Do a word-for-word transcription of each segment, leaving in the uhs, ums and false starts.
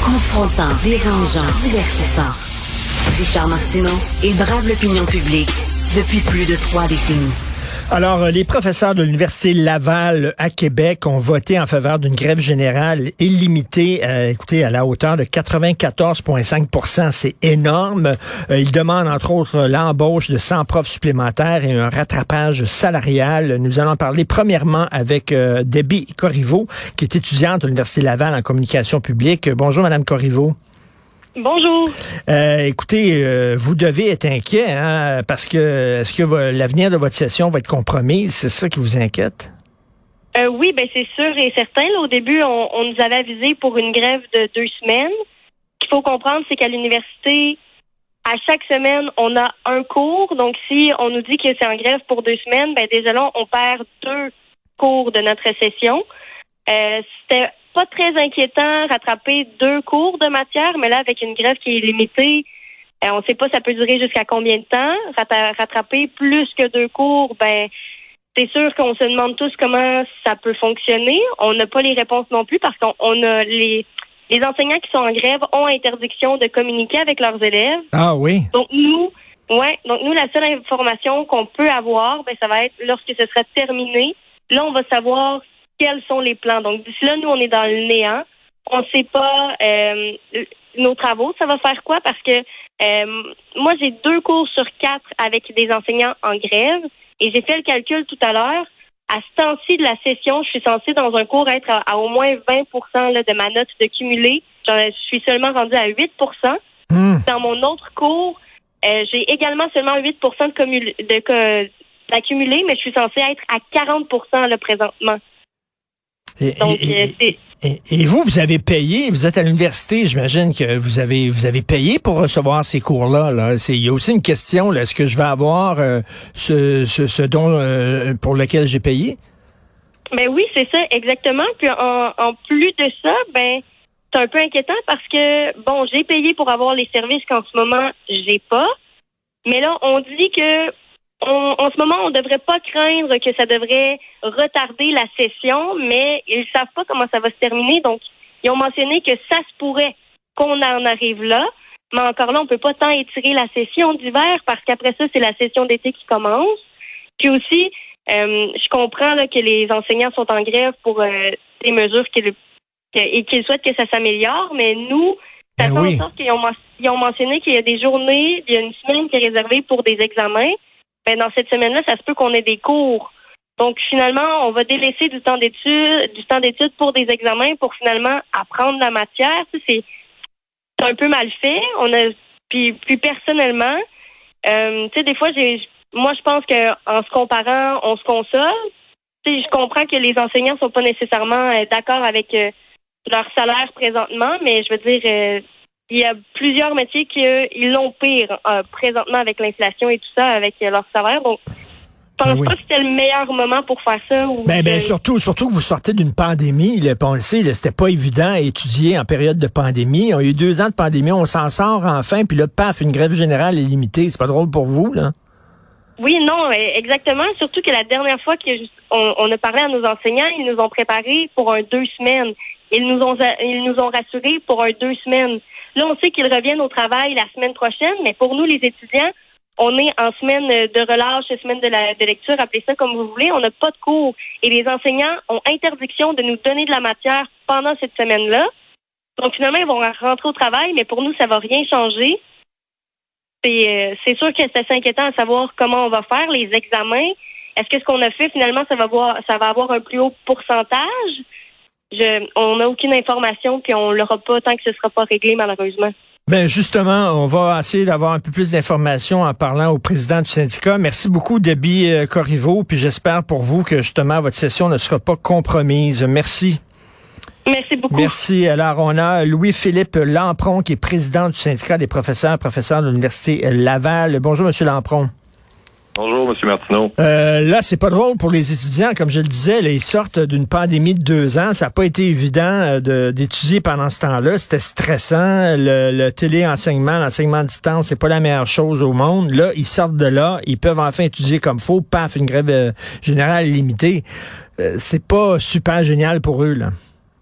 Confrontant, dérangeant, divertissant. Richard Martineau, il brave l'opinion publique depuis plus de trois décennies. Alors, les professeurs de l'Université Laval à Québec ont voté en faveur d'une grève générale illimitée, euh, écoutez, à la hauteur de quatre-vingt-quatorze virgule cinq pour cent. C'est énorme. Euh, ils demandent, entre autres, l'embauche de cent profs supplémentaires et un rattrapage salarial. Nous allons parler premièrement avec euh, Debbie Corriveau, qui est étudiante à l'Université Laval en communication publique. Bonjour, Madame Corriveau. Bonjour. Euh, écoutez, euh, vous devez être inquiet, hein, parce que est-ce que v- l'avenir de votre session va être compromis? C'est ça qui vous inquiète? Euh, oui, ben c'est sûr et certain. Là, au début, on, on nous avait avisé pour une grève de deux semaines. Ce qu'il faut comprendre, c'est qu'à l'université, à chaque semaine, on a un cours. Donc, si on nous dit que c'est en grève pour deux semaines, ben déjà là, on perd deux cours de notre session. Euh, c'était pas très inquiétant rattraper deux cours de matière, mais là, avec une grève qui est limitée, euh, on ne sait pas ça peut durer jusqu'à combien de temps. Rat- rattraper plus que deux cours, ben c'est sûr qu'on se demande tous comment ça peut fonctionner. On n'a pas les réponses non plus parce qu'on on a les les enseignants qui sont en grève ont interdiction de communiquer avec leurs élèves. Ah oui? Donc nous, ouais, donc nous, la seule information qu'on peut avoir, ben ça va être lorsque ce sera terminé. Là, on va savoir quels sont les plans. Donc, d'ici là, nous, on est dans le néant. On ne sait pas euh, nos travaux, ça va faire quoi? Parce que euh, moi, j'ai deux cours sur quatre avec des enseignants en grève et j'ai fait le calcul tout à l'heure. À ce temps-ci de la session, je suis censée, dans un cours, être à, à au moins vingt pour cent là, de ma note de cumulé. Je suis seulement rendue à huit pour cent. Mmh. Dans mon autre cours, euh, j'ai également seulement huit pour cent de, commul- de, d'accumulé, mais je suis censée être à quarante pour cent là, présentement. Et, Donc, et, euh, c'est... et, et vous, vous avez payé, vous êtes à l'université, j'imagine que vous avez vous avez payé pour recevoir ces cours-là. Là. C'est, il y a aussi une question, là, est-ce que je vais avoir euh, ce, ce, ce don euh, pour lequel j'ai payé? Ben oui, c'est ça, exactement. Puis en, en plus de ça, ben c'est un peu inquiétant parce que, bon, j'ai payé pour avoir les services qu'en ce moment, j'ai pas. Mais là, on dit que On, en ce moment, on ne devrait pas craindre que ça devrait retarder la session, mais ils ne savent pas comment ça va se terminer. Donc, ils ont mentionné que ça se pourrait qu'on en arrive là. Mais encore là, on ne peut pas tant étirer la session d'hiver parce qu'après ça, c'est la session d'été qui commence. Puis aussi, euh, je comprends là, que les enseignants sont en grève pour euh, des mesures qu'ils, que, et qu'ils souhaitent que ça s'améliore, mais nous, ça Ben fait oui. en sorte qu'ils ont, ils ont mentionné qu'il y a des journées, il y a une semaine qui est réservée pour des examens. Ben, dans cette semaine-là, ça se peut qu'on ait des cours. Donc, finalement, on va délaisser du temps d'études, du temps d'études pour des examens pour finalement apprendre la matière. Tu sais, c'est, c'est un peu mal fait. On a, puis, puis personnellement, euh, tu sais, des fois, j'ai, moi, je pense que en se comparant, on se console. Tu sais, je comprends que les enseignants sont pas nécessairement euh, d'accord avec euh, leur salaire présentement, mais je veux dire. Euh, Il y a plusieurs métiers qui euh, ils l'ont pire euh, présentement avec l'inflation et tout ça, avec euh, leur salaire. Donc, je pense Ben oui. pas que c'était le meilleur moment pour faire ça. Ou Ben, ben que... surtout, surtout que vous sortez d'une pandémie. Là, on le sait, là, c'était pas évident à étudier en période de pandémie. On a eu deux ans de pandémie, on s'en sort enfin, puis là, paf, une grève générale illimitée. C'est pas drôle pour vous, là? Oui, non, exactement. Surtout que la dernière fois qu'on on a parlé à nos enseignants, ils nous ont préparés pour un deux semaines. Ils nous ont ils nous ont rassurés pour un deux semaines. Là, on sait qu'ils reviennent au travail la semaine prochaine, mais pour nous, les étudiants, on est en semaine de relâche, semaine de, la, de lecture, appelez ça comme vous voulez. On n'a pas de cours. Et les enseignants ont interdiction de nous donner de la matière pendant cette semaine-là. Donc, finalement, ils vont rentrer au travail, mais pour nous, ça va rien changer. C'est, euh, c'est sûr que c'est assez inquiétant à savoir comment on va faire les examens. Est-ce que ce qu'on a fait, finalement, ça va avoir, ça va avoir un plus haut pourcentage? Je, on n'a aucune information, puis on l'aura pas tant que ce sera pas réglé, malheureusement. Ben justement, on va essayer d'avoir un peu plus d'informations en parlant au président du syndicat. Merci beaucoup, Debbie Corriveau, puis j'espère pour vous que justement votre session ne sera pas compromise. Merci. Merci beaucoup. Merci. Alors, on a Louis-Philippe Lampron, qui est président du syndicat des professeurs, professeur de l'Université Laval. Bonjour, Monsieur Lampron. Bonjour, M. Martineau. Euh, là, c'est pas drôle pour les étudiants. Comme je le disais, là, ils sortent d'une pandémie de deux ans. Ça n'a pas été évident de, d'étudier pendant ce temps-là. C'était stressant. Le, le téléenseignement, l'enseignement à distance, c'est pas la meilleure chose au monde. Là, ils sortent de là. Ils peuvent enfin étudier comme faut. Paf, une grève euh, générale illimitée. Euh, c'est pas super génial pour eux, là.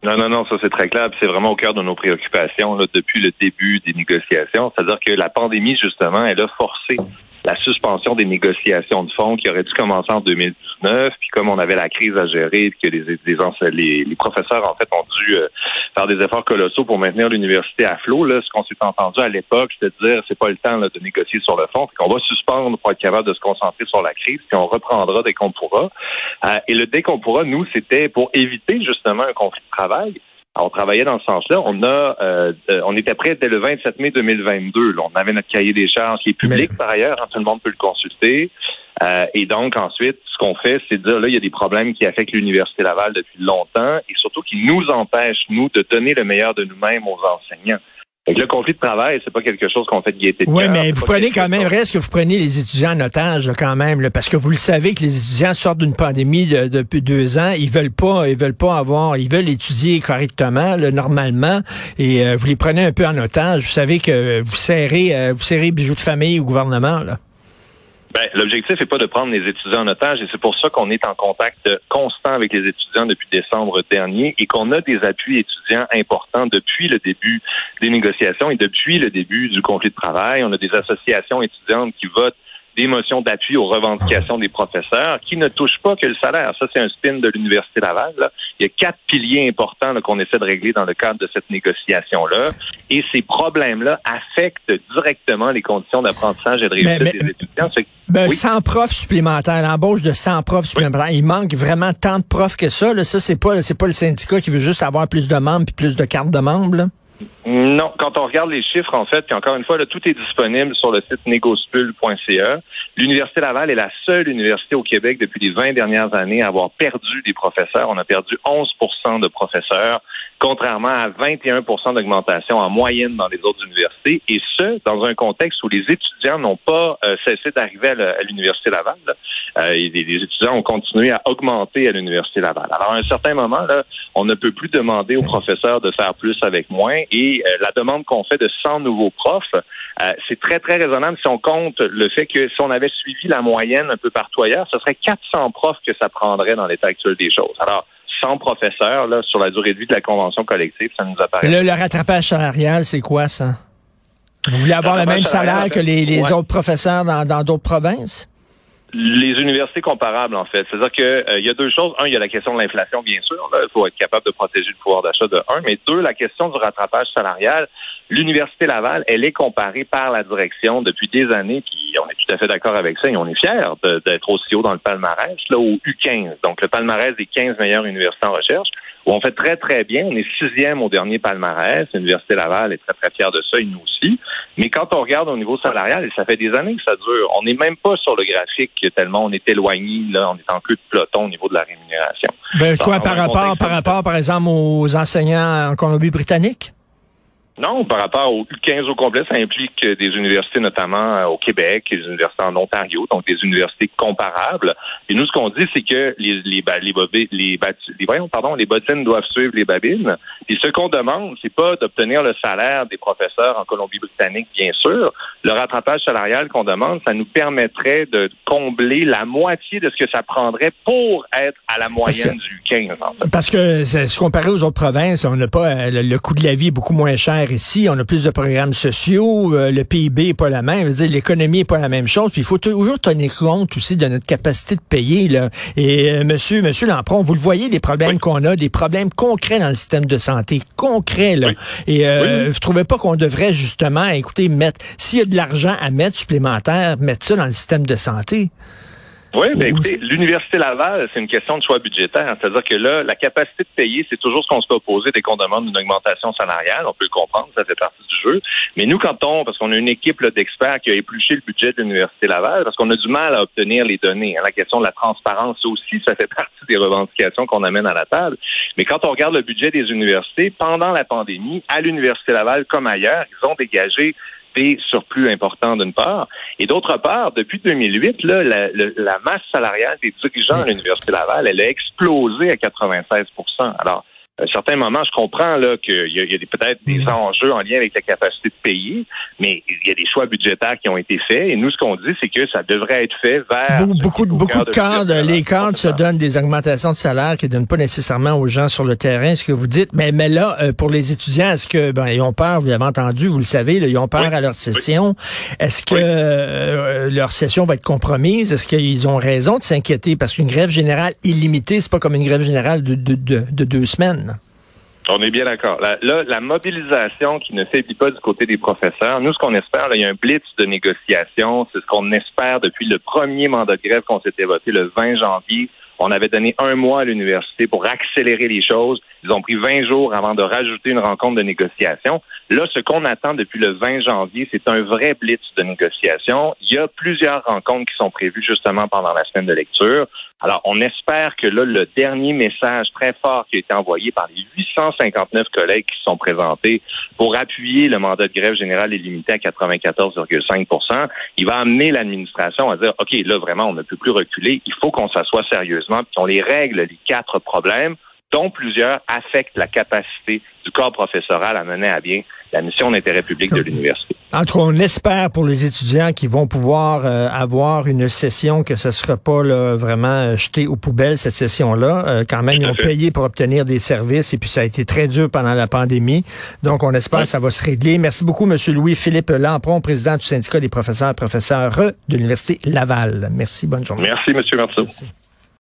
Non, non, non, ça c'est très clair. Puis c'est vraiment au cœur de nos préoccupations là, depuis le début des négociations. C'est-à-dire que la pandémie, justement, elle a forcé la suspension des négociations de fonds qui auraient dû commencer en deux mille dix-neuf. Puis comme on avait la crise à gérer, puis que les, les, les, les professeurs, en fait, ont dû euh, faire des efforts colossaux pour maintenir l'université à flot, là, ce qu'on s'est entendu à l'époque, c'était de dire c'est pas le temps là, de négocier sur le fond, puis qu'on va suspendre pour être capable de se concentrer sur la crise, puis on reprendra dès qu'on pourra. Euh, et le dès qu'on pourra, nous, c'était pour éviter justement un conflit de travail. Alors, on travaillait dans ce sens-là. On a, euh, euh, on était prêt dès le vingt-sept mai deux mille vingt-deux. Là. On avait notre cahier des charges qui est public, Mais... par ailleurs. Hein, tout le monde peut le consulter. Euh, et donc, ensuite, ce qu'on fait, c'est de dire, là, il y a des problèmes qui affectent l'Université Laval depuis longtemps et surtout qui nous empêchent, nous, de donner le meilleur de nous-mêmes aux enseignants. Donc, le conflit de travail, c'est pas quelque chose qu'on fait de gaieté de Oui, cœur, mais vous prenez quand même, chose. reste que vous prenez les étudiants en otage, là, quand même, là, parce que vous le savez que les étudiants sortent d'une pandémie de, depuis deux ans, ils veulent pas, ils veulent pas avoir, ils veulent étudier correctement, là, normalement, et euh, vous les prenez un peu en otage. Vous savez que vous serrez, euh, vous serrez bijoux de famille au gouvernement, là. Ben, l'objectif n'est pas de prendre les étudiants en otage et c'est pour ça qu'on est en contact constant avec les étudiants depuis décembre dernier et qu'on a des appuis étudiants importants depuis le début des négociations et depuis le début du conflit de travail. On a des associations étudiantes qui votent des motions d'appui aux revendications des professeurs qui ne touchent pas que le salaire. Ça, c'est un spin de l'Université Laval. Là. Il y a quatre piliers importants là, qu'on essaie de régler dans le cadre de cette négociation-là. Et ces problèmes-là affectent directement les conditions d'apprentissage et de réussite mais, mais, des étudiants. C'est... Ben, oui? cent profs supplémentaires, l'embauche de cent profs supplémentaires. Oui. Il manque vraiment tant de profs que ça. Là. Ça, c'est pas, c'est pas le syndicat qui veut juste avoir plus de membres puis plus de cartes de membres, là. Non, quand on regarde les chiffres, en fait, puis encore une fois, là, tout est disponible sur le site négospul point c a. L'Université Laval est la seule université au Québec depuis les vingt dernières années à avoir perdu des professeurs. On a perdu onze pour cent de professeurs, contrairement à vingt et un pour cent d'augmentation en moyenne dans les autres universités, et ce, dans un contexte où les étudiants n'ont pas euh, cessé d'arriver à, à l'Université Laval. Euh, et les, les étudiants ont continué à augmenter à l'Université Laval. Alors, à un certain moment, là, on ne peut plus demander aux professeurs de faire plus avec moins, et euh, la demande qu'on fait de cent nouveaux profs, euh, c'est très, très raisonnable si on compte le fait que si on avait suivi la moyenne un peu partout ailleurs, ce serait quatre cents profs que ça prendrait dans l'état actuel des choses. Alors, cent professeurs, là, sur la durée de vie de la convention collective, ça nous apparaît. Le, le rattrapage salarial, c'est quoi, ça? Vous voulez avoir le, le même salaire que les, les ouais. autres professeurs dans, dans d'autres provinces? Les universités comparables, en fait. C'est-à-dire que euh, il y a deux choses. Un, il y a la question de l'inflation, bien sûr. Il faut être capable de protéger le pouvoir d'achat de un. Mais deux, la question du rattrapage salarial. L'Université Laval, elle est comparée par la direction depuis des années, puis on est tout à fait d'accord avec ça et on est fiers de, d'être aussi haut dans le palmarès, là, au U quinze. Donc, le palmarès des quinze meilleures universités en recherche, où on fait très, très bien. On est sixième au dernier palmarès. L'Université Laval est très, très fière de ça et nous aussi. Mais quand on regarde au niveau salarial, et ça fait des années que ça dure, on n'est même pas sur le graphique tellement on est éloigné, là, on est en queue de peloton au niveau de la rémunération. Ben, quoi, par rapport, par rapport, par exemple, aux enseignants en Colombie-Britannique? Non, par rapport au U quinze au complet, ça implique des universités notamment au Québec, des universités en Ontario, donc des universités comparables. Et nous, ce qu'on dit, c'est que les les les les, les, les voyons, pardon, les bottines doivent suivre les babines. Et ce qu'on demande, c'est pas d'obtenir le salaire des professeurs en Colombie-Britannique, bien sûr. Le rattrapage salarial qu'on demande, ça nous permettrait de combler la moitié de ce que ça prendrait pour être à la moyenne que, du U quinze. En fait. Parce que, se comparer aux autres provinces, on n'a pas le, le coût de la vie est beaucoup moins cher ici, on a plus de programmes sociaux, euh, le P I B est pas la même, je veux dire, l'économie est pas la même chose, puis il faut toujours tenir compte aussi de notre capacité de payer, là. Et euh, monsieur, monsieur Lampron, vous le voyez, les problèmes oui. qu'on a, des problèmes concrets dans le système de santé, concrets, là. Oui. Et euh, oui. vous trouvez pas qu'on devrait justement, écoutez, mettre, s'il y a de l'argent à mettre supplémentaire, mettre ça dans le système de santé? Oui, bien écoutez, l'Université Laval, c'est une question de choix budgétaire. C'est-à-dire que là, la capacité de payer, c'est toujours ce qu'on se fait opposer dès qu'on demande une augmentation salariale. On peut le comprendre, ça fait partie du jeu. Mais nous, quand on, parce qu'on a une équipe là, d'experts qui a épluché le budget de l'Université Laval, parce qu'on a du mal à obtenir les données. Hein. La question de la transparence aussi, ça fait partie des revendications qu'on amène à la table. Mais quand on regarde le budget des universités, pendant la pandémie, à l'Université Laval comme ailleurs, ils ont dégagé des surplus importants d'une part. Et d'autre part, depuis deux mille huit, là, la, la, la masse salariale des dirigeants à l'Université Laval, elle a explosé à quatre-vingt-seize pour cent. Alors, À un certain moment, je comprends là qu'il y a, il y a des, peut-être des mmh. enjeux en lien avec la capacité de payer, mais il y a des choix budgétaires qui ont été faits. Et nous, ce qu'on dit, c'est que ça devrait être fait vers... Beaucoup, beaucoup, beaucoup de cadres, les cadres se donnent des augmentations de salaire qui ne donnent pas nécessairement aux gens sur le terrain, ce que vous dites. Mais, mais là, euh, pour les étudiants, est-ce que ben ils ont peur, vous l'avez entendu, vous le savez, là, ils ont peur oui. à leur session. Oui. Est-ce que oui. euh, leur session va être compromise? Est-ce qu'ils ont raison de s'inquiéter? Parce qu'une grève générale illimitée, c'est pas comme une grève générale de, de, de, de deux semaines. On est bien d'accord. Là, là, la mobilisation qui ne faiblit pas du côté des professeurs, nous, ce qu'on espère, là, il y a un blitz de négociation. C'est ce qu'on espère depuis le premier mandat de grève qu'on s'était voté le vingt janvier. On avait donné un mois à l'université pour accélérer les choses. Ils ont pris vingt jours avant de rajouter une rencontre de négociation. Là, ce qu'on attend depuis le vingt janvier, c'est un vrai blitz de négociation. Il y a plusieurs rencontres qui sont prévues justement pendant la semaine de lecture. Alors, on espère que là, le dernier message très fort qui a été envoyé par les huit cent cinquante-neuf collègues qui se sont présentés pour appuyer le mandat de grève générale illimité à quatre-vingt-quatorze virgule cinq pour cent, il va amener l'administration à dire, OK, là, vraiment, on ne peut plus reculer. Il faut qu'on s'assoie sérieusement puis qu'on les règle, les quatre problèmes, dont plusieurs affectent la capacité du corps professoral à mener à bien la mission d'intérêt public de l'université. En tout cas, on espère pour les étudiants qui vont pouvoir euh, avoir une session que ce ne sera pas là, vraiment euh, jeté aux poubelles, cette session-là. Euh, quand même, ils ont payé pour obtenir des services et puis ça a été très dur pendant la pandémie. Donc, on espère oui. que ça va se régler. Merci beaucoup, M. Louis-Philippe Lampron, président du syndicat des professeurs, professeur de l'Université Laval. Merci, bonne journée. Merci, M. Marceau. Merci.